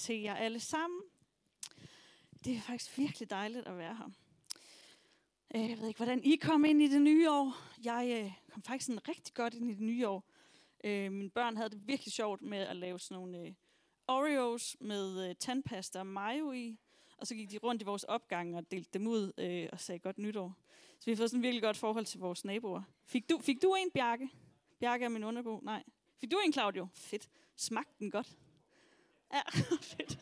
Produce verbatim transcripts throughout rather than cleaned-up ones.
til jer alle sammen. Det er faktisk virkelig dejligt at være her. Jeg ved ikke, hvordan I kom ind i det nye år. Jeg kom faktisk sådan rigtig godt ind i det nye år. Mine børn havde det virkelig sjovt med at lave sådan nogle Oreos med tandpasta og mayo i. Og så gik de rundt i vores opgang og delte dem ud og sagde godt nytår. Så vi har fået sådan et virkelig godt forhold til vores naboer. Fik du, fik du en, Bjarke? Bjarke er min underbo? Nej. Fik du en, Claudio? Fedt. Smagte den godt? Ja, fedt.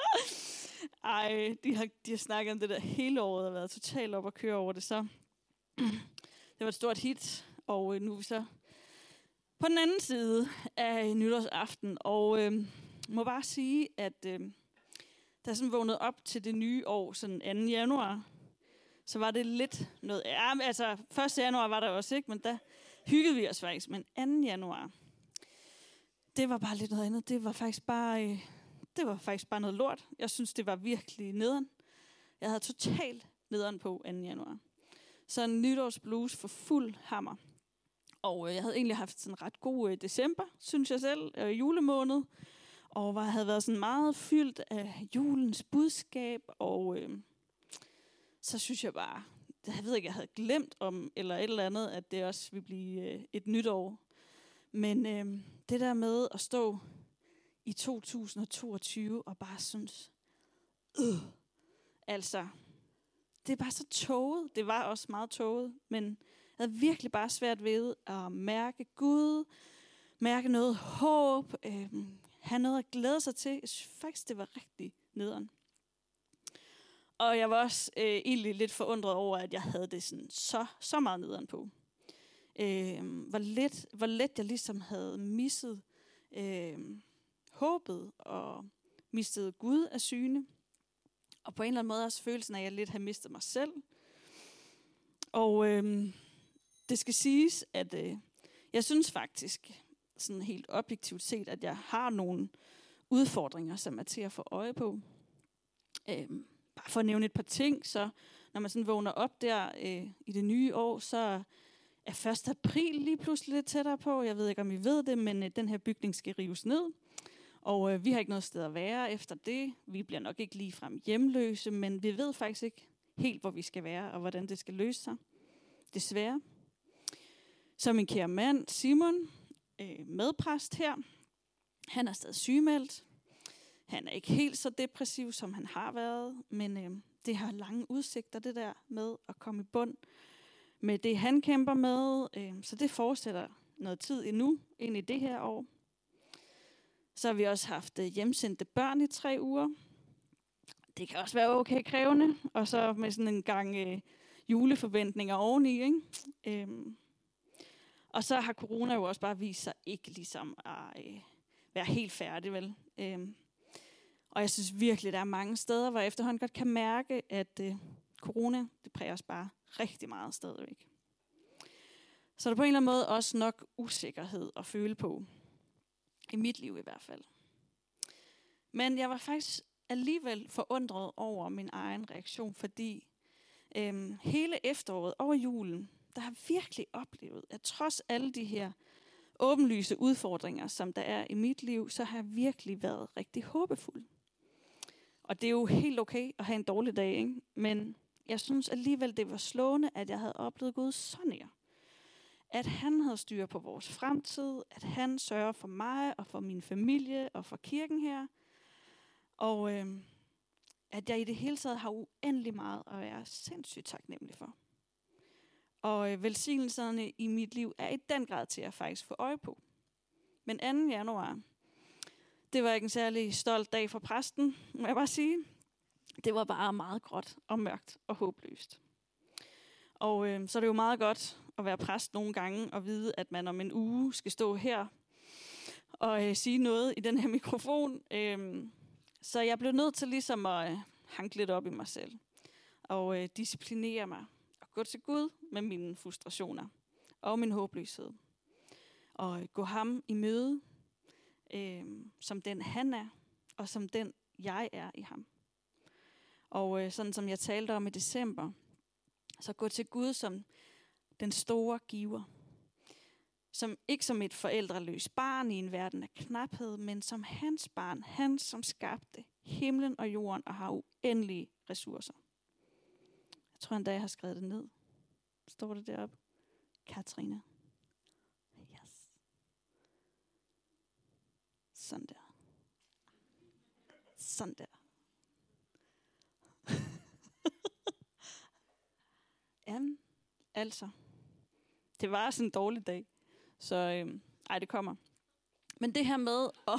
Ej, de har, de har snakket om det der hele året og været totalt op at køre over det. Så det var et stort hit, og nu er vi så på den anden side af nytårsaften. Og øh, må bare sige, at øh, da jeg sådan vågnede op til det nye år, sådan anden januar, så var det lidt noget... Ja, altså, første januar var der også, ikke? Men der hyggede vi os faktisk. Men anden januar, det var bare lidt noget andet. Det var faktisk bare... Øh, det var faktisk bare noget lort. Jeg synes, det var virkelig nederen. Jeg havde totalt nederen på anden januar. Så en nytårsblues for fuld hammer. Og øh, jeg havde egentlig haft sådan en ret god øh, december, synes jeg selv, øh, julemåned. Og var, havde været sådan meget fyldt af julens budskab. Og øh, så synes jeg bare, jeg ved ikke, jeg havde glemt om, eller et eller andet, at det også ville blive øh, et nyt år. Men øh, det der med at stå i to tusind og toogtyve og bare synes, øh, altså, det er bare så tåget. Det var også meget tåget, men jeg havde virkelig bare svært ved at mærke Gud, mærke noget håb, øh, have noget at glæde sig til. Jeg synes faktisk, det var rigtig nederen. Og jeg var også øh, egentlig lidt forundret over, at jeg havde det sådan så, så meget nederen på. Øh, hvor, let, hvor let jeg ligesom havde misset øh, håbet og mistet Gud af syne. Og på en eller anden måde også følelsen af, at jeg lidt har mistet mig selv. Og øh, det skal siges, at øh, jeg synes faktisk, sådan helt objektivt set, at jeg har nogle udfordringer, som er til at få øje på. Øh, bare for at nævne et par ting, så når man sådan vågner op der øh, i det nye år, så er første april lige pludselig lidt tættere på. Jeg ved ikke, om I ved det, men øh, den her bygning skal rives ned. Og øh, vi har ikke noget sted at være efter det. Vi bliver nok ikke ligefrem hjemløse, men vi ved faktisk ikke helt, hvor vi skal være, og hvordan det skal løse sig. Desværre. Så min kære mand, Simon, øh, medpræst her, han er stadig sygemeldt. Han er ikke helt så depressiv, som han har været, men øh, det har lange udsigter, det der med at komme i bund med det, han kæmper med. Øh, så det fortsætter noget tid endnu, ind i det her år. Så har vi også haft øh, hjemsendte børn i tre uger. Det kan også være okay krævende, og så med sådan en gang øh, juleforventninger oveni, ikke? Øhm. Og så har corona jo også bare vist sig ikke ligesom at øh, være helt færdig, vel? Øhm. Og jeg synes virkelig, der er mange steder, hvor jeg efterhånden godt kan mærke, at øh, corona, det præger os bare rigtig meget stadigvæk. Så er der på en eller anden måde også nok usikkerhed at føle på. I mit liv i hvert fald. Men jeg var faktisk alligevel forundret over min egen reaktion, fordi øhm, hele efteråret over julen, der har virkelig oplevet, at trods alle de her åbenlyse udfordringer, som der er i mit liv, så har jeg virkelig været rigtig håbefuld. Og det er jo helt okay at have en dårlig dag, ikke? Men jeg synes alligevel, det var slående, at jeg havde oplevet Gud så nær. At han havde styr på vores fremtid, at han sørger for mig og for min familie og for kirken her. Og øh, at jeg i det hele taget har uendelig meget at være sindssygt taknemmelig for. Og øh, velsignelserne i mit liv er i den grad til at faktisk få øje på. Men anden januar, det var ikke en særlig stolt dag for præsten, må jeg bare sige. Det var bare meget gråt og mørkt og håbløst. Og øh, så er det jo meget godt at være præst nogle gange og vide, at man om en uge skal stå her og øh, sige noget i den her mikrofon. Øh, så jeg blev nødt til ligesom at øh, hanke lidt op i mig selv og øh, disciplinere mig og gå til Gud med mine frustrationer og min håbløshed. Og øh, gå ham i møde, øh, som den han er og som den jeg er i ham. Og øh, sådan som jeg talte om i december, så gå til Gud som den store giver. som ikke som et forældreløst barn i en verden af knaphed, men som hans barn, han som skabte himlen og jorden og har uendelige ressourcer. Jeg tror endda, jeg har skrevet det ned. Står det deroppe? Katrine. Yes. Sådan der. Sådan der. Jamen, altså. Det var sådan en dårlig dag. Så, øhm, ej, det kommer. Men det her med at...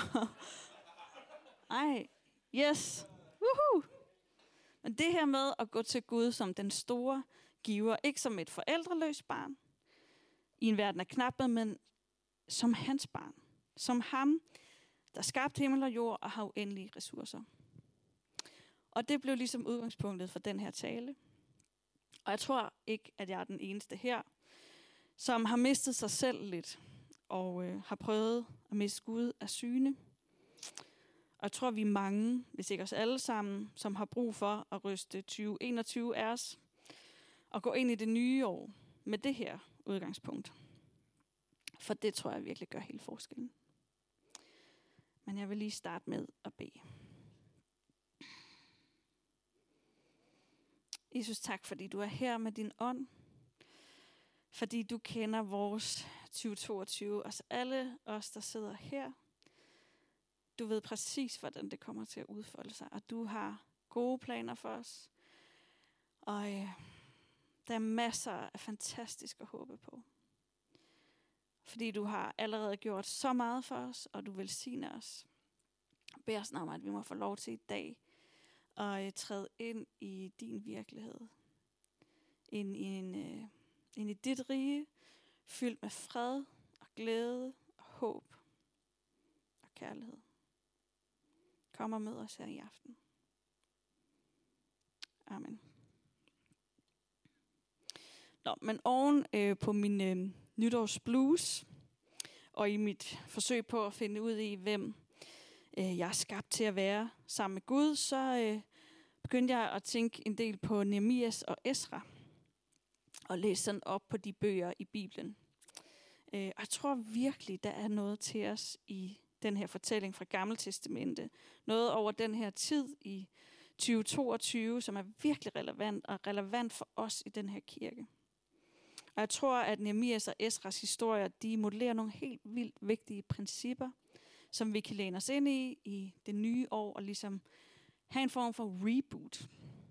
ej, yes. Woohoo! Men det her med at gå til Gud som den store giver, ikke som et forældreløst barn, i en verden af knaphed, men som hans barn. Som ham, der skabte himmel og jord og har uendelige ressourcer. Og det blev ligesom udgangspunktet for den her tale. Og jeg tror ikke, at jeg er den eneste her, som har mistet sig selv lidt, og øh, har prøvet at miste Gud af syne. Og jeg tror, vi er mange, hvis ikke os alle sammen, som har brug for at ryste tyve enogtyve af os, og gå ind i det nye år med det her udgangspunkt. For det tror jeg virkelig gør hele forskellen. Men jeg vil lige starte med at bede. Jesus, tak fordi du er her med din ånd. Fordi du kender vores tyve toogtyve, os alle os, der sidder her. Du ved præcis, hvordan det kommer til at udfolde sig, og du har gode planer for os. Og øh, der er masser af fantastisk at håbe på. Fordi du har allerede gjort så meget for os, og du velsigner os. Bed os om, at vi må få lov til i dag at øh, træde ind i din virkelighed. Ind i, en, øh, ind i dit rige, fyldt med fred og glæde og håb og kærlighed. Kom og mød os her i aften. Amen. Nå, men oven øh, på min øh, nytårsblues, og i mit forsøg på at finde ud i, hvem øh, jeg er skabt til at være sammen med Gud, så øh, begyndte jeg at tænke en del på Nehemias og Esra, og læse sådan op på de bøger i Bibelen. Øh, og jeg tror virkelig, der er noget til os i den her fortælling fra Gamle Testamente. Noget over den her tid i tyve toogtyve, som er virkelig relevant, og relevant for os i den her kirke. Og jeg tror, at Nehemias og Esras historier, de modellerer nogle helt vildt vigtige principper, som vi kan læne os ind i i det nye år, og ligesom have en form for reboot.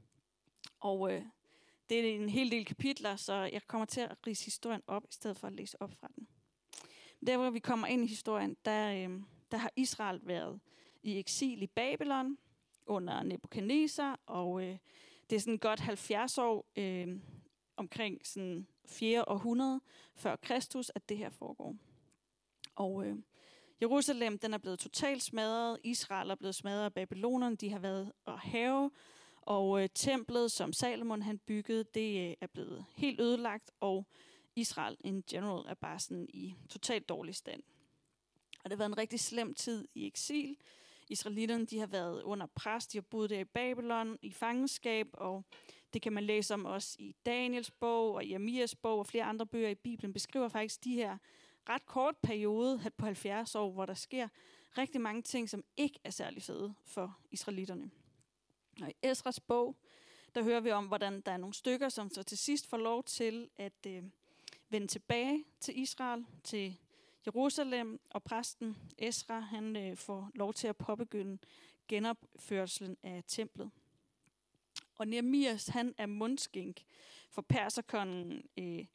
Og øh, det er en hel del kapitler, så jeg kommer til at ridse historien op, i stedet for at læse op fra den. Der, hvor vi kommer ind i historien, der, øh, der har Israel været i eksil i Babylon under Nebukadnesar, og øh, det er sådan godt halvfjerds år øh, omkring sådan fjerde århundrede før Kristus, at det her foregår. Og øh, Jerusalem, den er blevet totalt smadret. Israel er blevet smadret af babylonerne. De har været at have. Og øh, templet, som Salomon han byggede, det øh, er blevet helt ødelagt. Og Israel in general er bare sådan i totalt dårlig stand. Og det har været en rigtig slem tid i eksil. Israelitterne, de har været under pres. De har boet der i Babylon i fangenskab. Og det kan man læse om også i Daniels bog og Jeremias bog og flere andre bøger i Bibelen. Beskriver faktisk de her ret kort periode på halvfjerds år, hvor der sker rigtig mange ting, som ikke er særlig fede for israelitterne. Og i Esras bog, der hører vi om, hvordan der er nogle stykker, som så til sidst får lov til at øh, vende tilbage til Israel, til Jerusalem, og præsten Esra, han øh, får lov til at påbegynde genopførelsen af templet. Og Nehemias, han er mundskink for perserkongen øh,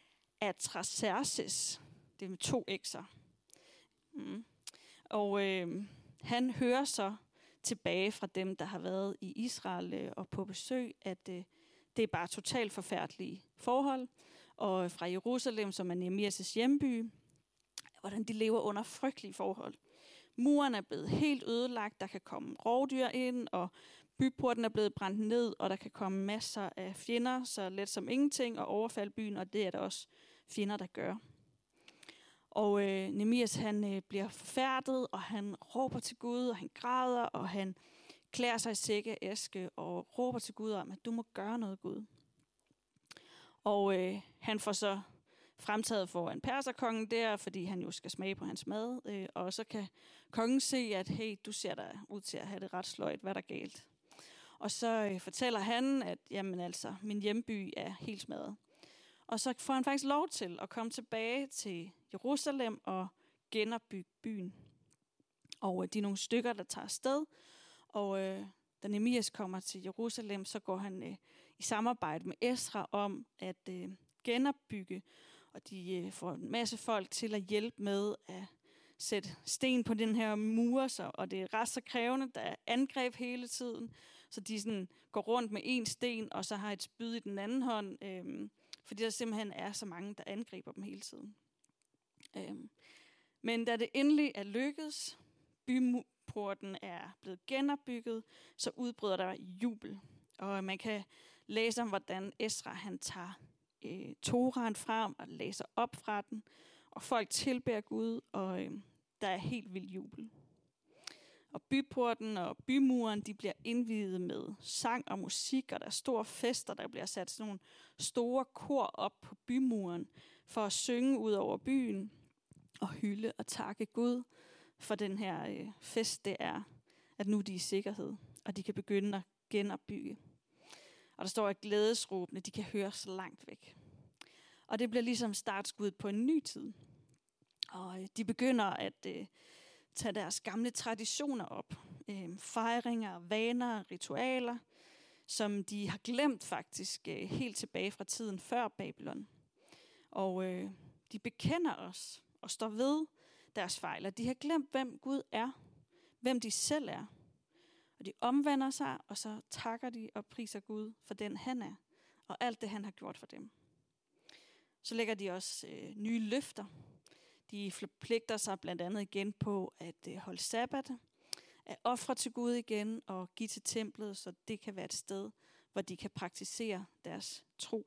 Artaxerxes. Det er med to x'er. Mm. Og øh, han hører så tilbage fra dem, der har været i Israel øh, og på besøg, at øh, det er bare totalt forfærdelige forhold. Og fra Jerusalem, som er Nehemias' hjemby, hvordan de lever under frygtelige forhold. Muren er blevet helt ødelagt, der kan komme rovdyr ind, og byporten er blevet brændt ned, og der kan komme masser af fjender, så let som ingenting, og overfalde byen, og det er der også fjender, der gør. Og øh, Nehemias, han øh, bliver forfærdet, og han råber til Gud, og han græder, og han klæder sig i sække æske, og råber til Gud om, at du må gøre noget, Gud. Og øh, han får så fremtaget foran perserkongen der, fordi han jo skal smage på hans mad. Øh, og så kan kongen se, at hey, du ser da ud til at have det ret sløjt, hvad der er galt. Og så øh, fortæller han, at jamen altså, min hjemby er helt smadret. Og så får han faktisk lov til at komme tilbage til Jerusalem og genopbygge byen. Og øh, de er nogle stykker, der tager afsted. Og øh, da Nehemias kommer til Jerusalem, så går han øh, i samarbejde med Esra om at øh, genopbygge. Og de øh, får en masse folk til at hjælpe med at sætte sten på den her mur. Så, og det er ret så krævende, der er angreb hele tiden. Så de sådan går rundt med en sten, og så har et spyd i den anden hånd. Øh, fordi der simpelthen er så mange, der angriber dem hele tiden. Øh, men da det endelig er lykkedes, byporten er blevet genopbygget, så udbryder der jubel. Og man kan læse om, hvordan Esra han tager øh, Toraen frem og læser op fra den. Og folk tilbeder Gud, og øh, der er helt vild jubel. Og byporten og bymuren, de bliver indviet med sang og musik, og der er store fester, der bliver sat sådan nogle store kor op på bymuren, for at synge ud over byen, og hylde og takke Gud for den her øh, fest, det er, at nu de er i sikkerhed, og de kan begynde at genopbygge. Og der står, at glædesråbene, de kan høres langt væk. Og det bliver ligesom startskuddet på en ny tid. Og øh, de begynder at øh, tage deres gamle traditioner op. Øh, fejringer, vaner, ritualer, som de har glemt faktisk øh, helt tilbage fra tiden før Babylon. Og øh, de bekender os og står ved deres fejl. De har glemt, hvem Gud er, hvem de selv er. Og de omvender sig, og så takker de og priser Gud for den han er, og alt det han har gjort for dem. Så lægger de også øh, nye løfter. De forpligter sig blandt andet igen på at øh, holde sabbat, at ofre til Gud igen og give til templet, så det kan være et sted, hvor de kan praktisere deres tro.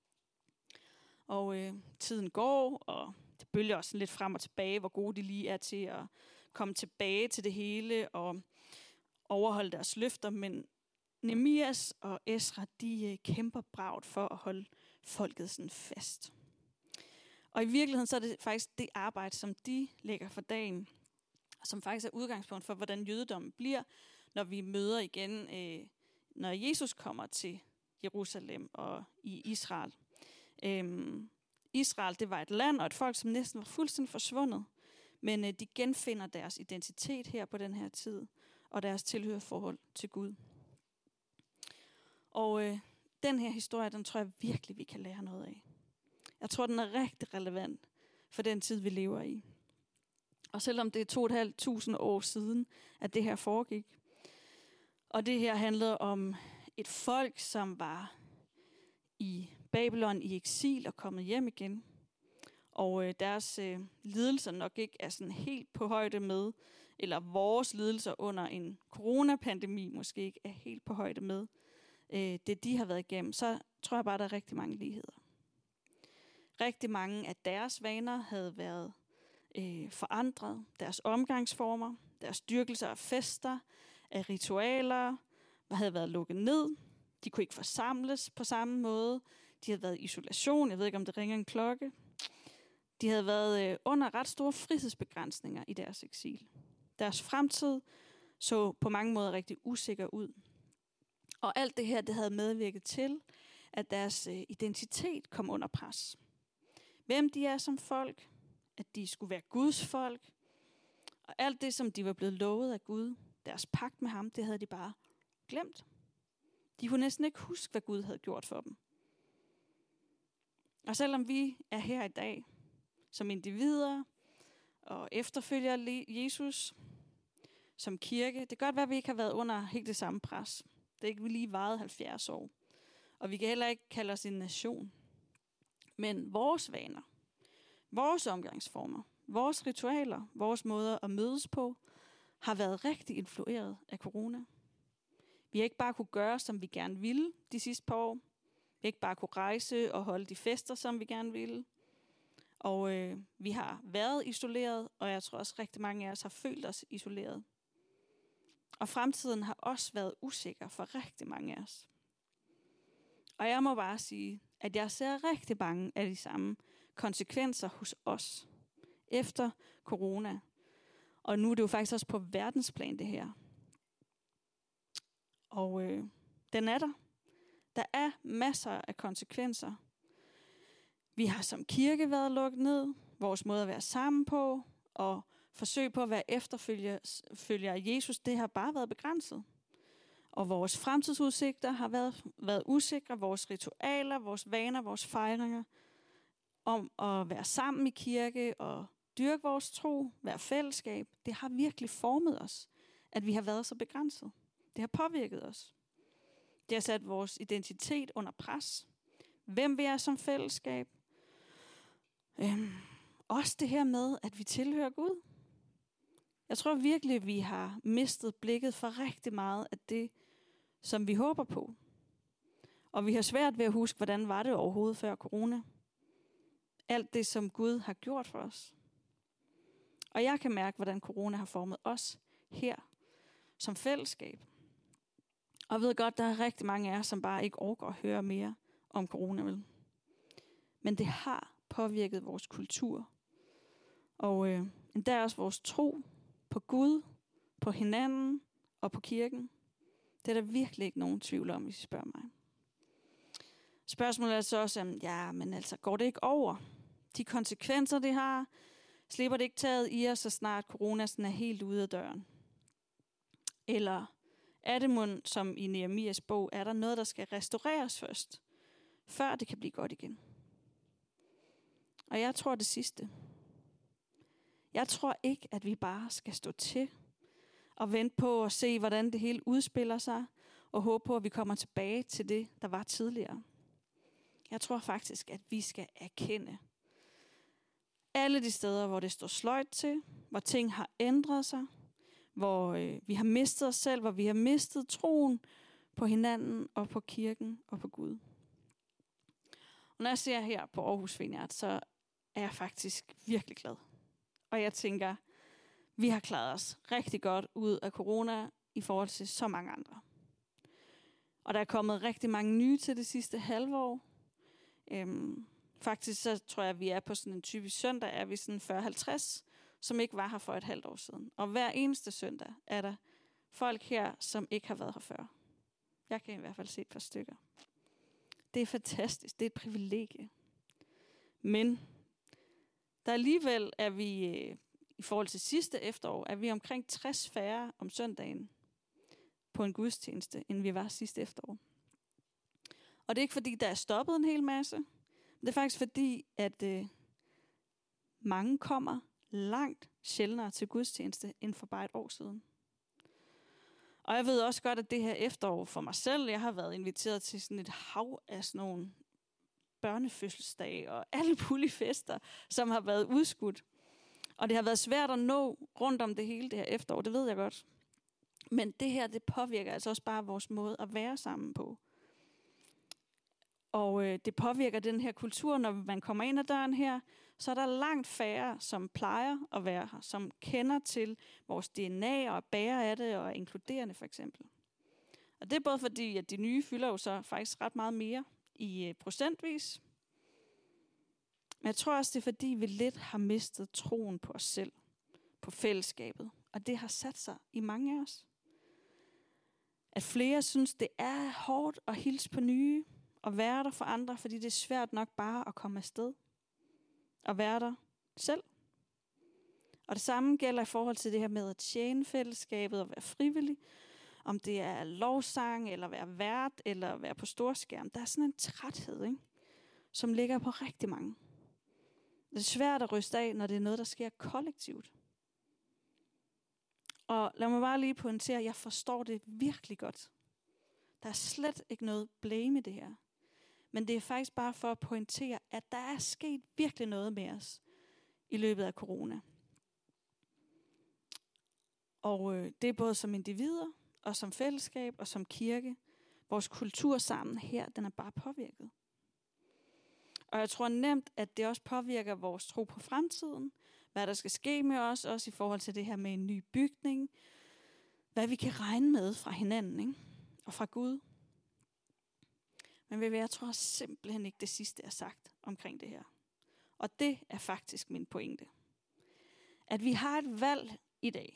Og øh, tiden går, og det bølger også lidt frem og tilbage, hvor gode de lige er til at komme tilbage til det hele og overholde deres løfter. Men Nehemias og Esra, de øh, kæmper bravt for at holde folket sådan fast. Og i virkeligheden så er det faktisk det arbejde, som de lægger for dagen, som faktisk er udgangspunkt for, hvordan jødedommen bliver, når vi møder igen, øh, når Jesus kommer til Jerusalem og i Israel. Øhm, Israel, det var et land og et folk, som næsten var fuldstændig forsvundet, men øh, de genfinder deres identitet her på den her tid, og deres tilhørsforhold til Gud. Og øh, den her historie, den tror jeg virkelig, vi kan lære noget af. Jeg tror, den er rigtig relevant for den tid, vi lever i. Og selvom det er to og et halvt tusind år siden, at det her foregik, og det her handlede om et folk, som var i Babylon i eksil og kommet hjem igen, og øh, deres øh, lidelser nok ikke er sådan helt på højde med, eller vores lidelser under en coronapandemi måske ikke er helt på højde med, øh, det de har været igennem, så tror jeg bare, der er rigtig mange ligheder. Rigtig mange af deres vaner havde været øh, forandret. Deres omgangsformer, deres dyrkelser af fester, af ritualer, havde været lukket ned. De kunne ikke forsamles på samme måde. De havde været i isolation. Jeg ved ikke, om det ringer en klokke. De havde været øh, under ret store frihedsbegrænsninger i deres eksil. Deres fremtid så på mange måder rigtig usikker ud. Og alt det her, det havde medvirket til, at deres øh, identitet kom under pres. Hvem de er som folk, at de skulle være Guds folk, og alt det, som de var blevet lovet af Gud, deres pagt med ham, det havde de bare glemt. De kunne næsten ikke huske, hvad Gud havde gjort for dem. Og selvom vi er her i dag, som individer og efterfølger Jesus, som kirke, det kan godt være, at vi ikke har været under helt det samme pres. Det er ikke lige varet halvfjerds år. Og vi kan heller ikke kalde os en nation. Men vores vaner, vores omgangsformer, vores ritualer, vores måder at mødes på, har været rigtig influeret af corona. Vi har ikke bare kunne gøre, som vi gerne ville de sidste par år. Vi har ikke bare kunne rejse og holde de fester, som vi gerne ville. Og øh, vi har været isoleret, og jeg tror også rigtig mange af os har følt os isoleret. Og fremtiden har også været usikker for rigtig mange af os. Og jeg må bare sige, at jeg ser rigtig mange af de samme konsekvenser hos os efter corona. Og nu er det jo faktisk også på verdensplan, det her. Og øh, den er der. Der er masser af konsekvenser. Vi har som kirke været lukket ned. Vores måde at være sammen på og forsøg på at være efterfølger af Jesus, det har bare været begrænset. Og vores fremtidsudsigter har været, været usikre. Vores ritualer, vores vaner, vores fejringer om at være sammen i kirke og dyrke vores tro, være fællesskab, det har virkelig formet os, at vi har været så begrænset. Det har påvirket os. Det har sat vores identitet under pres. Hvem vi er som fællesskab. Øhm, også det her med, at vi tilhører Gud. Jeg tror virkelig, at vi har mistet blikket for rigtig meget af det, som vi håber på. Og vi har svært ved at huske, hvordan var det overhovedet før corona. Alt det, som Gud har gjort for os. Og jeg kan mærke, hvordan corona har formet os her som fællesskab. Og jeg ved godt, der er rigtig mange af jer, som bare ikke orker at høre mere om corona. Vel? Men det har påvirket vores kultur. Og øh, endda også vores tro på Gud, på hinanden og på kirken. Det er der virkelig ikke nogen tvivl om, hvis I spørger mig. Spørgsmålet er så også, ja, men altså, går det ikke over? De konsekvenser, det har, slipper det ikke taget i os, så snart corona er helt ude af døren? Eller er det mund, som i Nehemias bog, er der noget, der skal restaureres først, før det kan blive godt igen? Og jeg tror det sidste. Jeg tror ikke, at vi bare skal stå til og vente på at se, hvordan det hele udspiller sig, og håbe på, at vi kommer tilbage til det, der var tidligere. Jeg tror faktisk, at vi skal erkende alle de steder, hvor det står sløjt til, hvor ting har ændret sig, hvor øh, vi har mistet os selv, hvor vi har mistet troen på hinanden og på kirken og på Gud. Og når jeg ser her på Aarhus Vineyard, så er jeg faktisk virkelig glad. Og jeg tænker, vi har klaret os rigtig godt ud af corona i forhold til så mange andre. Og der er kommet rigtig mange nye til det sidste halve år. Øhm, faktisk så tror jeg, at vi er på sådan en typisk søndag, er vi sådan fyrre halvtreds, som ikke var her for et halvt år siden. Og hver eneste søndag er der folk her, som ikke har været her før. Jeg kan i hvert fald se et par stykker. Det er fantastisk. Det er et privilegie. Men der alligevel er vi, øh, i forhold til sidste efterår, er vi omkring tres færre om søndagen på en gudstjeneste, end vi var sidste efterår. Og det er ikke fordi, der er stoppet en hel masse. Det er faktisk fordi, at øh, mange kommer langt sjældnere til gudstjeneste end for bare et år siden. Og jeg ved også godt, at det her efterår for mig selv, jeg har været inviteret til sådan et hav af sådan nogle børnefødselsdage og alle mulige fester, som har været udskudt. Og det har været svært at nå rundt om det hele det her efterår, det ved jeg godt. Men det her, det påvirker altså også bare vores måde at være sammen på. Og øh, det påvirker den her kultur, når man kommer ind ad døren her, så er der langt færre, som plejer at være her, som kender til vores D N A og bærer af det og er inkluderende for eksempel. Og det er både fordi, at de nye fylder jo så faktisk ret meget mere i øh, procentvis. Men jeg tror også, det er fordi, vi lidt har mistet troen på os selv, på fællesskabet. Og det har sat sig i mange af os. At flere synes, det er hårdt at hilse på nye og være der for andre, fordi det er svært nok bare at komme afsted og være der selv. Og det samme gælder i forhold til det her med at tjene fællesskabet og være frivillig. Om det er lovsang, eller være vært, eller være på storskærm. Der er sådan en træthed, ikke? Som ligger på rigtig mange. Det er svært at ryste af, når det er noget, der sker kollektivt. Og lad mig bare lige pointere, at jeg forstår det virkelig godt. Der er slet ikke noget blame i det her. Men det er faktisk bare for at pointere, at der er sket virkelig noget med os i løbet af corona. Og øh, det er både som individer, og som fællesskab, og som kirke. Vores kultur sammen her, den er bare påvirket. Og jeg tror nemt, at det også påvirker vores tro på fremtiden. Hvad der skal ske med os, også i forhold til det her med en ny bygning. Hvad vi kan regne med fra hinanden, ikke? Og fra Gud. Men jeg tror simpelthen ikke det sidste er sagt omkring det her. Og det er faktisk min pointe. At vi har et valg i dag.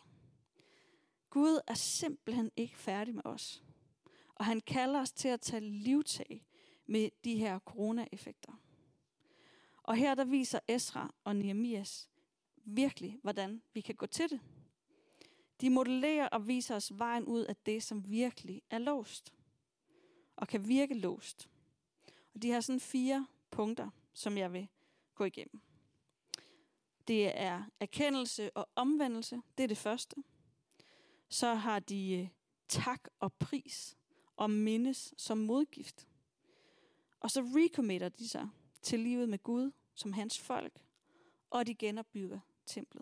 Gud er simpelthen ikke færdig med os. Og han kalder os til at tage livtag med de her corona-effekter. Og her der viser Esra og Nehemias virkelig, hvordan vi kan gå til det. De modellerer og viser os vejen ud af det, som virkelig er låst. Og kan virke låst. Og de har sådan fire punkter, som jeg vil gå igennem. Det er erkendelse og omvendelse. Det er det første. Så har de tak og pris og mindes som modgift. Og så recommitter de sig til livet med Gud som hans folk. Og de genopbygger templet.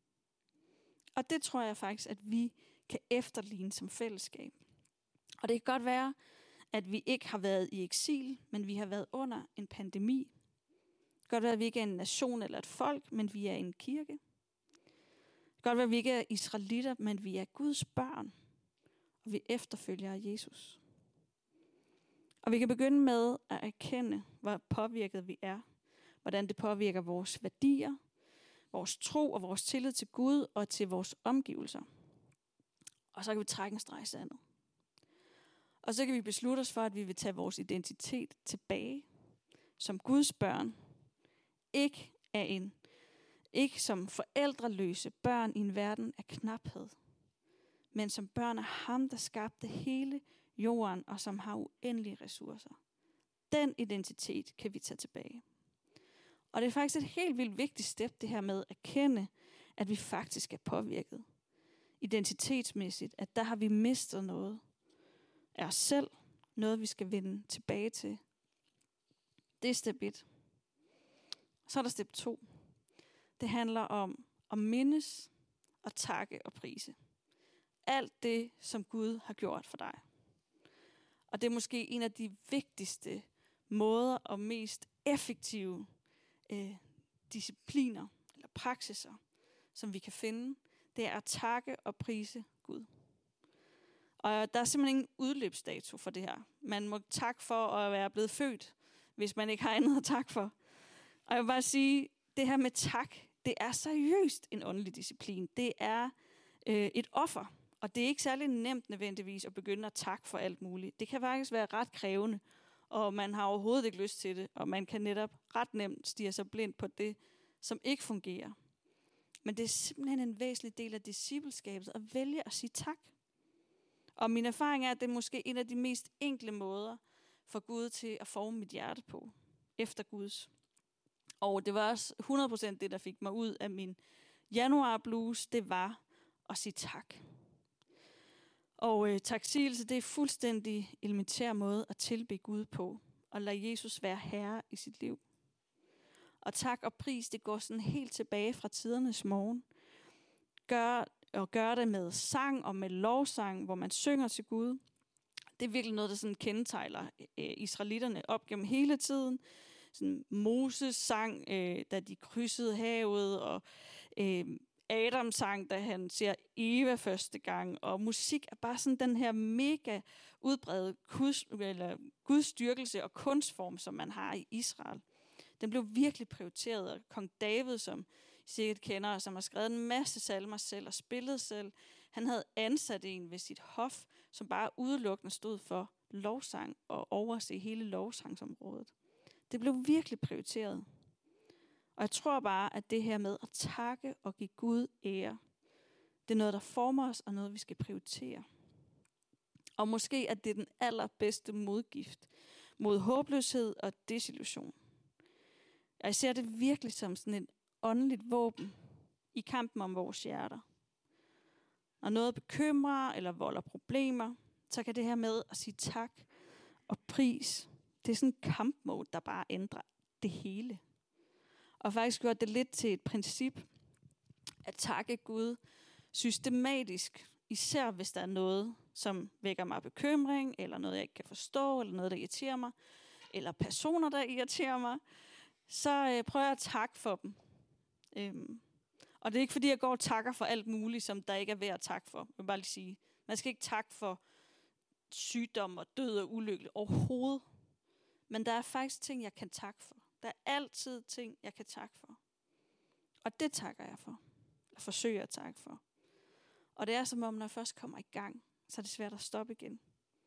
Og det tror jeg faktisk, at vi kan efterligne som fællesskab. Og det kan godt være, at vi ikke har været i eksil, men vi har været under en pandemi. Det kan godt være, at vi ikke er en nation eller et folk, men vi er en kirke. Det kan godt være, at vi ikke er israelitter, men vi er Guds børn. Og vi efterfølger Jesus. Og vi kan begynde med at erkende, hvor påvirket vi er. Hvordan det påvirker vores værdier, vores tro og vores tillid til Gud og til vores omgivelser. Og så kan vi trække en streg i sandet. Og så kan vi beslutte os for, at vi vil tage vores identitet tilbage som Guds børn. Ikke af en, ikke som forældreløse børn i en verden af knaphed, men som børn af ham, der skabte hele jorden og som har uendelige ressourcer. Den identitet kan vi tage tilbage. Og det er faktisk et helt vildt vigtigt step, det her med at erkende, at vi faktisk er påvirket. Identitetsmæssigt, at der har vi mistet noget af os selv, noget vi skal vende tilbage til. Det er step et. Så er der step to. Det handler om at mindes og takke og prise. Alt det, som Gud har gjort for dig. Og det er måske en af de vigtigste måder og mest effektive øh, discipliner eller praksiser, som vi kan finde. Det er at takke og prise Gud. Og der er simpelthen ingen udløbsdato for det her. Man må takke for at være blevet født, hvis man ikke har andet at takke for. Og jeg vil bare sige, det her med tak, det er seriøst en åndelig disciplin. Det er øh, et offer. Og det er ikke særlig nemt nødvendigvis at begynde at takke for alt muligt. Det kan faktisk være ret krævende, og man har overhovedet ikke lyst til det. Og man kan netop ret nemt stirre sig blind på det, som ikke fungerer. Men det er simpelthen en væsentlig del af discipleskabet at vælge at sige tak. Og min erfaring er, at det er måske en af de mest enkle måder for Gud til at forme mit hjerte på, efter Guds. Og det var også hundrede procent det, der fik mig ud af min januar blues, det var at sige tak. Og øh, taksigelse, det er fuldstændig elementær måde at tilbede Gud på, og lade Jesus være herre i sit liv. Og tak og pris, det går sådan helt tilbage fra tidernes morgen. Gør, og gør det med sang og med lovsang, hvor man synger til Gud. Det er virkelig noget, der sådan kendetegner øh, israelitterne op gennem hele tiden. Sådan Moses sang, øh, da de krydsede havet, og øh, Adam sang, da han ser Eva første gang. Og musik er bare sådan den her mega udbredt Guds, eller gudstyrkelse og kunstform, som man har i Israel. Den blev virkelig prioriteret af kong David, som I sikkert kender, som har skrevet en masse salmer selv og spillet selv. Han havde ansat en ved sit hof, som bare udelukkende stod for lovsang og overse hele lovsangsområdet. Det blev virkelig prioriteret. Og jeg tror bare, at det her med at takke og give Gud ære, det er noget, der former os og noget, vi skal prioritere. Og måske er det den allerbedste modgift mod håbløshed og desillusion. Jeg ser det virkelig som sådan et åndeligt våben i kampen om vores hjerter. Når noget bekymrer eller volder problemer, så kan det her med at sige tak og pris, det er sådan en kampmode, der bare ændrer det hele. Og faktisk gjort det lidt til et princip at takke Gud systematisk, især hvis der er noget, som vækker mig bekymring, eller noget, jeg ikke kan forstå, eller noget, der irriterer mig, eller personer, der irriterer mig, så øh, prøver jeg at takke for dem. Øhm. Og det er ikke fordi, jeg går og takker for alt muligt, som der ikke er værd at takke for. Jeg vil bare lige sige, man skal ikke takke for sygdom og død og ulykke overhovedet. Men der er faktisk ting, jeg kan takke for. Der er altid ting, jeg kan takke for. Og det takker jeg for. Eller forsøger at takke for. Og det er som om, når jeg først kommer i gang, så er det svært at stoppe igen.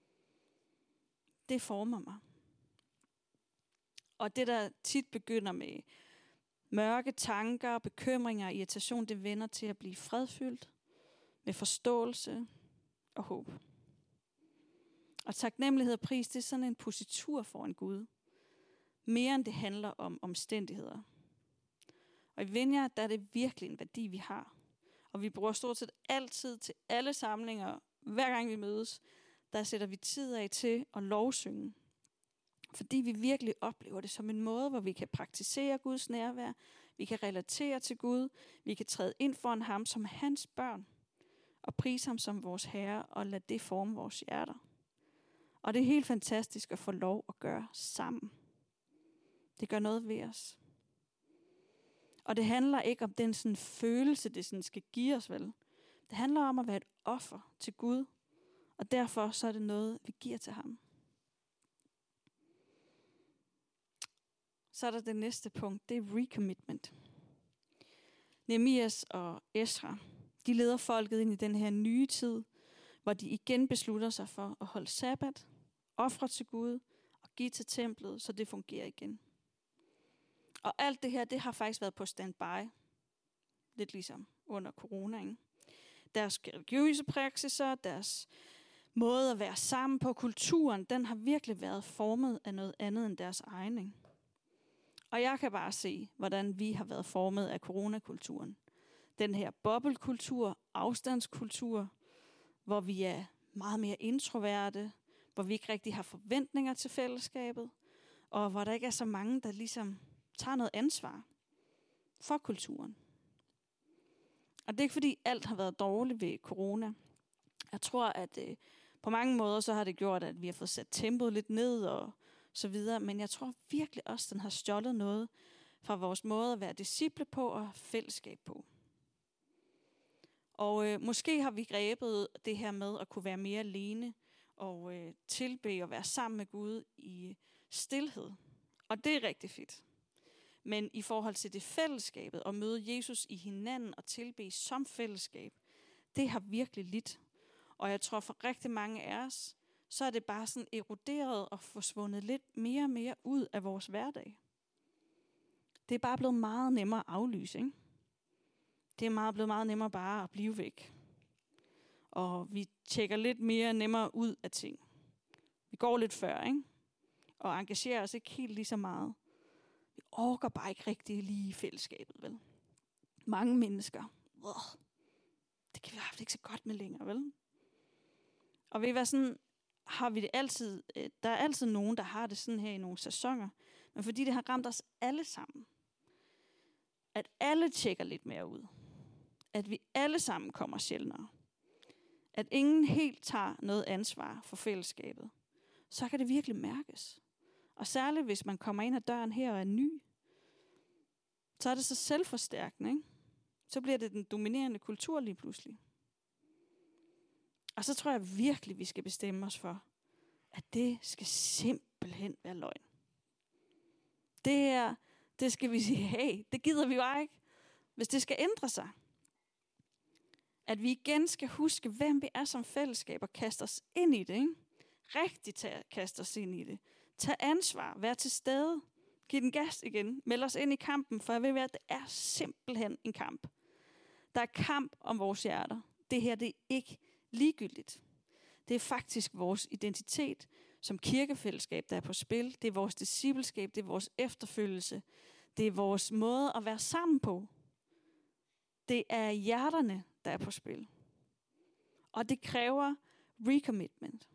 Det former mig. Og det, der tit begynder med mørke tanker, bekymringer, irritation, det vender til at blive fredfyldt med forståelse og håb. Og taknemmelighed og pris, det er sådan en positur for en Gud. Mere end det handler om omstændigheder. Og i Vineyard, der er det virkelig en værdi, vi har. Og vi bruger stort set altid til alle samlinger, hver gang vi mødes, der sætter vi tid af til at lovsynge. Fordi vi virkelig oplever det som en måde, hvor vi kan praktisere Guds nærvær, vi kan relatere til Gud, vi kan træde ind foran ham som hans børn, og prise ham som vores herre, og lade det forme vores hjerter. Og det er helt fantastisk at få lov at gøre sammen. Det gør noget ved os. Og det handler ikke om den sådan følelse, det sådan skal give os, vel? Det handler om at være et offer til Gud, og derfor så er det noget, vi giver til ham. Så er der det næste punkt, det er recommitment. Nehemias og Esra, de leder folket ind i den her nye tid, hvor de igen beslutter sig for at holde sabbat, ofre til Gud og give til templet, så det fungerer igen. Og alt det her, det har faktisk været på standby. Lidt ligesom under corona, ikke? Deres religiøse praksiser, deres måde at være sammen på, kulturen, den har virkelig været formet af noget andet end deres egen, ikke? Og jeg kan bare se, hvordan vi har været formet af coronakulturen. Den her boblekultur, afstandskultur, hvor vi er meget mere introverte, hvor vi ikke rigtig har forventninger til fællesskabet, og hvor der ikke er så mange, der ligesom tager noget ansvar for kulturen. Og det er ikke fordi alt har været dårligt ved corona. Jeg tror, at øh, på mange måder så har det gjort, at vi har fået sat tempoet lidt ned og så videre. Men jeg tror virkelig også, at den har stjålet noget fra vores måde at være disciple på og fællesskab på. Og øh, måske har vi grebet det her med at kunne være mere alene og øh, tilbede og være sammen med Gud i stilhed. Og det er rigtig fedt. Men i forhold til det fællesskabet, og møde Jesus i hinanden og tilbede som fællesskab, det har virkelig lidt. Og jeg tror for rigtig mange af os, så er det bare sådan eroderet og forsvundet lidt mere og mere ud af vores hverdag. Det er bare blevet meget nemmere at aflyse, ikke? Det er meget blevet meget nemmere bare at blive væk. Og vi tjekker lidt mere nemmere ud af ting. Vi går lidt før, ikke? Og engagerer os ikke helt lige så meget. Vi orker bare ikke rigtig lige i fællesskabet, vel? Mange mennesker. Wow, det kan vi have ikke så godt med længere, vel? Og ved I hvad, sådan har vi det altid, der er altid nogen, der har det sådan her i nogle sæsoner. Men fordi det har ramt os alle sammen. At alle tjekker lidt mere ud. At vi alle sammen kommer sjældnere. At ingen helt tager noget ansvar for fællesskabet. Så kan det virkelig mærkes. Og særligt hvis man kommer ind ad døren her og er ny. Så er det så selvforstærkende, ikke? Så bliver det den dominerende kultur lige pludselig. Og så tror jeg virkelig, vi skal bestemme os for, at det skal simpelthen være løgn. Det her, det skal vi sige, hey, det gider vi bare ikke, hvis det skal ændre sig. At vi igen skal huske, hvem vi er som fællesskab, og kaste os ind i det, ikke? Rigtig tage, kaste os ind i det. Tag ansvar, vær til stede, giv den gas igen, meld os ind i kampen, for jeg ved, at det er simpelthen en kamp. Der er kamp om vores hjerter. Det her, det er ikke ligegyldigt. Det er faktisk vores identitet som kirkefællesskab, der er på spil. Det er vores discipleskab, det er vores efterfølgelse. Det er vores måde at være sammen på. Det er hjerterne, der er på spil. Og det kræver recommitment.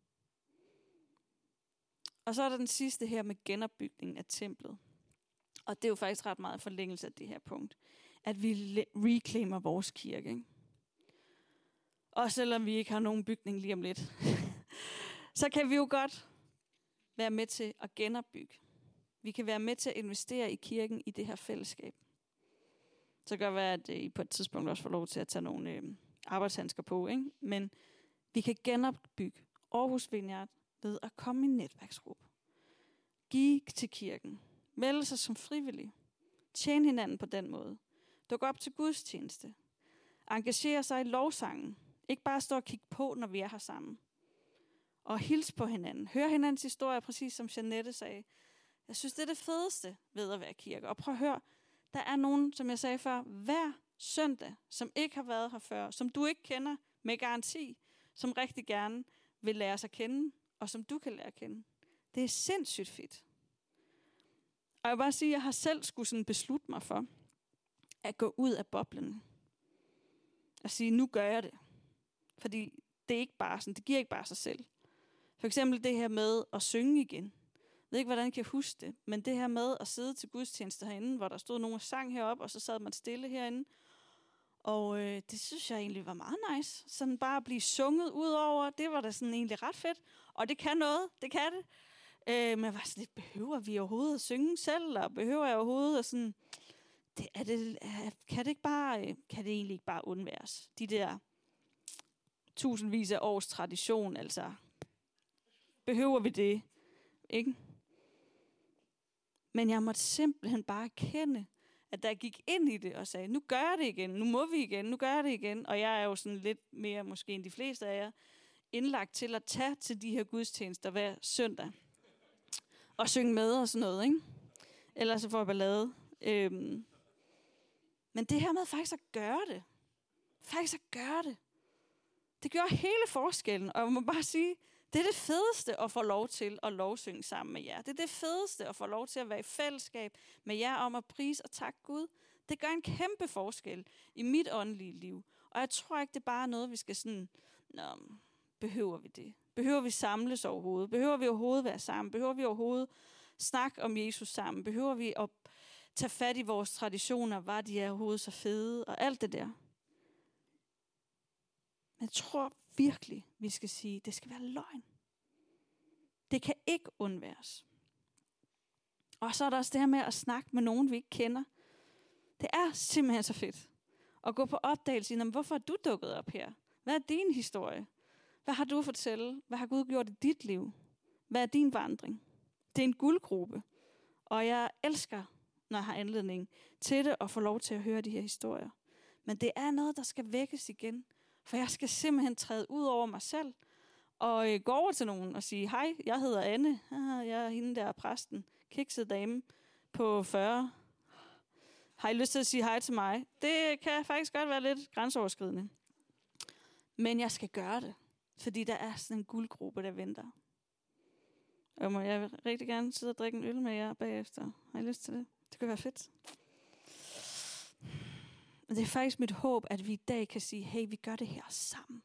Og så er der den sidste her med genopbygningen af templet. Og det er jo faktisk ret meget forlængelse af det her punkt. At vi reclaimer vores kirke, ikke? Og selvom vi ikke har nogen bygning lige om lidt, så kan vi jo godt være med til at genopbygge. Vi kan være med til at investere i kirken i det her fællesskab. Så kan det være, at I på et tidspunkt også får lov til at tage nogle øh, arbejdshandsker på, ikke? Men vi kan genopbygge Aarhus Vineyard ved at komme i netværksgruppe. Giv til kirken Melde sig som frivillig. Tjene hinanden på den måde. Duk op til gudstjeneste. Engagere sig i lovsangen. Ikke bare stå og kigge på, når vi er her sammen. Og hils på hinanden. Hør hinandens historie, præcis som Jeanette sagde. Jeg synes, det er det fedeste ved at være kirke. Og prøv at høre, der er nogen, som jeg sagde før, hver søndag, som ikke har været her før, som du ikke kender med garanti, som rigtig gerne vil lære sig at kende, og som du kan lære at kende. Det er sindssygt fedt. Og jeg vil bare sige, at jeg har selv skulle sådan beslutte mig for at gå ud af boblen. Og sige, nu gør jeg det. Fordi det er ikke bare sådan, det giver ikke bare sig selv. For eksempel det her med at synge igen. Jeg ved ikke, hvordan jeg kan huske det, men det her med at sidde til gudstjeneste herinde, hvor der stod nogen og sang heroppe, og så sad man stille herinde. Og øh, det synes jeg egentlig var meget nice. Sådan bare at blive sunget ud over, det var da sådan egentlig ret fedt. Og det kan noget, det kan det. Øh, men jeg var sådan lidt, behøver vi overhovedet at synge selv, eller behøver jeg overhovedet at sådan... Det, er det, er, kan det ikke bare, kan det egentlig ikke bare undværes? De der tusindvis af års tradition, altså... Behøver vi det? Ikke? Men jeg måtte simpelthen bare kende, at der gik ind i det og sagde, nu gør jeg det igen, nu må vi igen, nu gør jeg det igen. Og jeg er jo sådan lidt mere, måske end de fleste af jer, indlagt til at tage til de her gudstjenester hver søndag. Og synge med og sådan noget, ikke? Ellers så får jeg ballade. Øhm. Men det her med faktisk at gøre det, faktisk at gøre det, det gør hele forskellen. Og jeg må bare sige, det er det fedeste at få lov til at lovsynge sammen med jer. Det er det fedeste at få lov til at være i fællesskab med jer om at prise og takke Gud. Det gør en kæmpe forskel i mit åndelige liv. Og jeg tror ikke, det er bare noget, vi skal sådan, nå, behøver vi det? Behøver vi samles overhovedet? Behøver vi overhovedet være sammen? Behøver vi overhovedet snakke om Jesus sammen? Behøver vi at tage fat i vores traditioner? Var de overhovedet så fede? Og alt det der. Men jeg tror virkelig, vi skal sige, at det skal være løgn. Det kan ikke undværes. Og så er der også det her med at snakke med nogen, vi ikke kender. Det er simpelthen så fedt. At gå på opdagelse i, hvorfor er du dukket op her? Hvad er din historie? Hvad har du at fortælle? Hvad har Gud gjort i dit liv? Hvad er din vandring? Det er en guldgruppe. Og jeg elsker, når jeg har anledning til det, og få lov til at høre de her historier. Men det er noget, der skal vækkes igen. For jeg skal simpelthen træde ud over mig selv, og øh, gå over til nogen og sige, hej, jeg hedder Anne, jeg er hende der præsten, kikset dame på fyrre. Har I lyst til at sige hej til mig? Det kan faktisk godt være lidt grænseoverskridende. Men jeg skal gøre det, fordi der er sådan en guldgruppe, der venter. Og jeg vil rigtig gerne sidde og drikke en øl med jer bagefter. Har I lyst til det? Det kan være fedt. Men det er faktisk mit håb, at vi i dag kan sige, hey, vi gør det her sammen.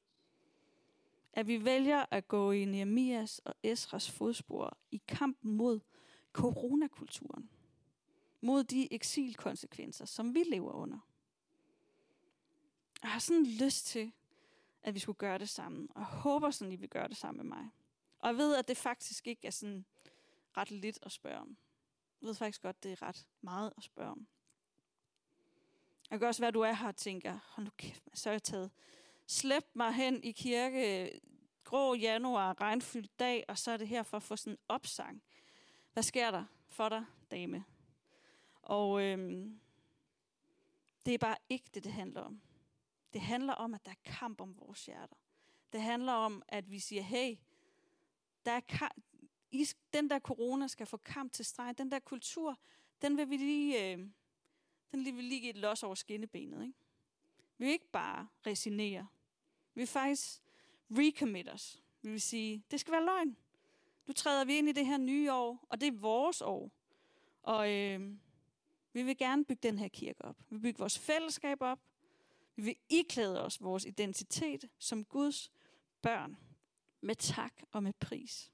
At vi vælger at gå i Nehemias og Esras fodspor i kampen mod coronakulturen. Mod de eksilkonsekvenser, som vi lever under. Jeg har sådan lyst til, at vi skulle gøre det sammen. Og jeg håber sådan, at I vil gøre det sammen med mig. Og jeg ved, at det faktisk ikke er sådan ret lidt at spørge om. Jeg ved faktisk godt, det er ret meget at spørge om. Det kan også være, at du er her og tænker, hold nu kæft, så har jeg taget. Slæb mig hen i kirke, grå januar, regnfyldt dag, og så er det her for at få sådan en opsang. Hvad sker der for dig, dame? Og øhm, det er bare ikke det, det handler om. Det handler om, at der er kamp om vores hjerter. Det handler om, at vi siger, hey, der er kamp. I, den der corona skal få kamp til streg. Den der kultur, den vil vi lige... Øh, Den vil lige give et los over skinnebenet, ikke? Vi vil ikke bare resignere. Vi vil faktisk recommit os. Vi vil sige, det skal være løgn. Nu træder vi ind i det her nye år, og det er vores år. Og øh, vi vil gerne bygge den her kirke op. Vi vil bygge vores fællesskab op. Vi vil iklæde os vores identitet som Guds børn. Med tak og med pris.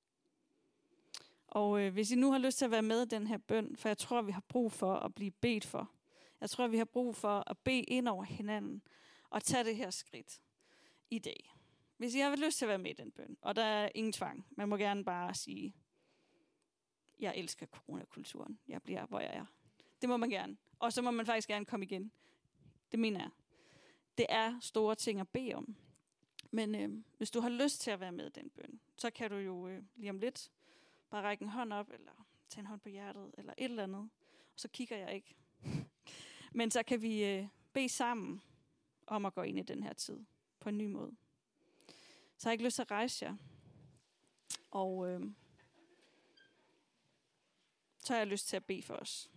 Og øh, hvis I nu har lyst til at være med i den her bøn, for jeg tror, vi har brug for at blive bedt for. Jeg tror, vi har brug for at bede ind over hinanden og tage det her skridt i dag. Hvis I har lyst til at være med i den bøn, og der er ingen tvang. Man må gerne bare sige, jeg elsker coronakulturen. Jeg bliver, hvor jeg er. Det må man gerne. Og så må man faktisk gerne komme igen. Det mener jeg. Det er store ting at bede om. Men øh, hvis du har lyst til at være med i den bøn, så kan du jo øh, lige om lidt bare række en hånd op, eller tage en hånd på hjertet, eller et eller andet. Og så kigger jeg ikke. Men så kan vi øh, bede sammen om at gå ind i den her tid på en ny måde. Så har jeg ikke lyst til at rejse jer. Og øh, så har jeg lyst til at bede for os.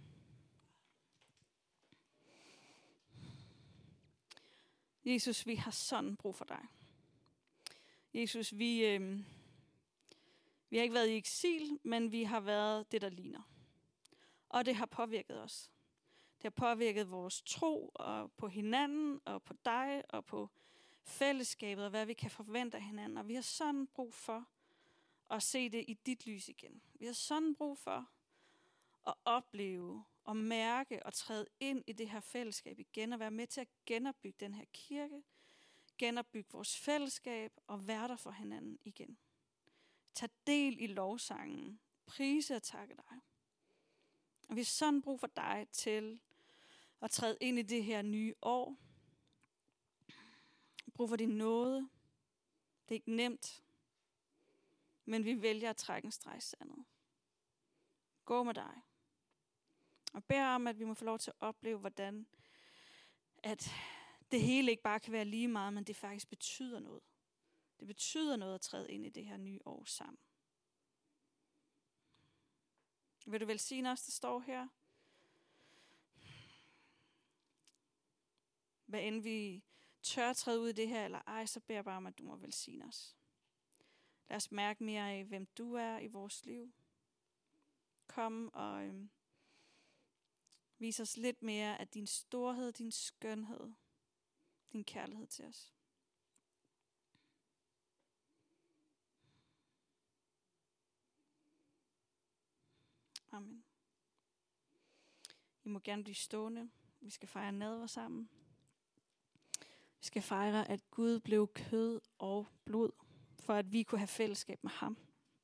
Jesus, vi har sådan brug for dig. Jesus, vi, øh, vi har ikke været i eksil, men vi har været det, der ligner. Og det har påvirket os. Det har påvirket vores tro og på hinanden og på dig og på fællesskabet og hvad vi kan forvente af hinanden. Og vi har sådan brug for at se det i dit lys igen. Vi har sådan brug for at opleve og mærke og træde ind i det her fællesskab igen og være med til at genopbygge den her kirke, genopbygge vores fællesskab og være der for hinanden igen. Tag del i lovsangen, prise og takke dig. Og vi har sådan brug for dig til at træde ind i det her nye år. Brug for din nåde. Det er ikke nemt, men vi vælger at trække en streg i sandet. Gå med dig. Og beder om, at vi må få lov til at opleve, hvordan at det hele ikke bare kan være lige meget, men det faktisk betyder noget. Det betyder noget at træde ind i det her nye år sammen. Vil du velsigne os, der står her? Hvad end vi tør træde ud i det her, eller ej, så beder jeg bare om, at du må velsigne os. Lad os mærke mere af, hvem du er i vores liv. Kom og øhm, vis os lidt mere af din storhed, din skønhed, din kærlighed til os. Amen. I må gerne blive stående. Vi skal fejre nadver sammen. Vi skal fejre, at Gud blev kød og blod, for at vi kunne have fællesskab med ham.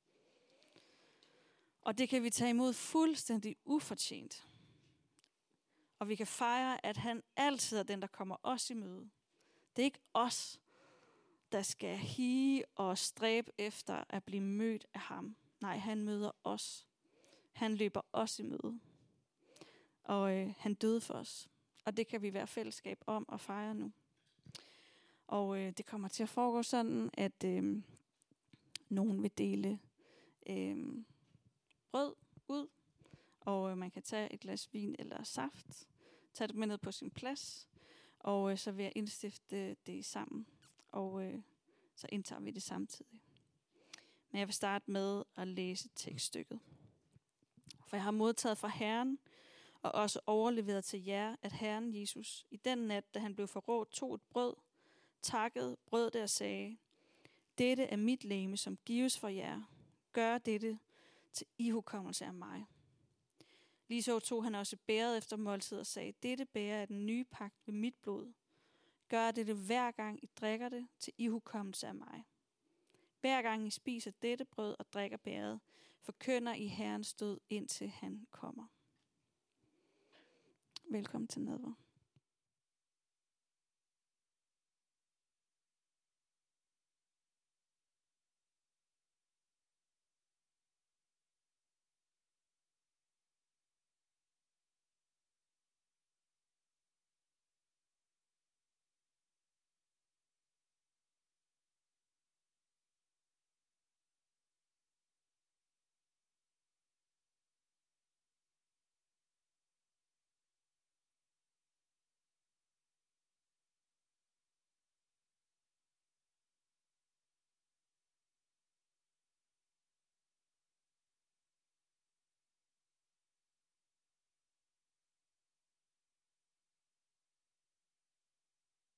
Og det kan vi tage imod fuldstændig ufortjent. Og vi kan fejre, at han altid er den, der kommer os i møde. Det er ikke os, der skal hige og stræbe efter at blive mødt af ham. Nej, han møder os. Han løber os i møde. Og øh, han døde for os. Og det kan vi være fællesskab om at fejre nu. Og øh, det kommer til at foregå sådan, at øh, nogen vil dele øh, brød ud. Og øh, man kan tage et glas vin eller saft. Tage det med ned på sin plads. Og øh, så vil jeg indstifte det sammen. Og øh, så indtager vi det samtidig. Men jeg vil starte med at læse tekststykket. For jeg har modtaget fra Herren, og også overleveret til jer, at Herren Jesus, i den nat, da han blev forrådt, tog et brød, takkede, brød det og sagde, dette er mit legeme, som gives for jer. Gør dette til ihukommelse af mig. Ligeså tog han også bæret efter måltid og sagde, dette bærer er den nye pagt ved mit blod. Gør dette hver gang I drikker det til ihukommelse af mig. Hver gang I spiser dette brød og drikker bæret, forkynder I Herrens død, indtil han kommer. Velkommen til nadver.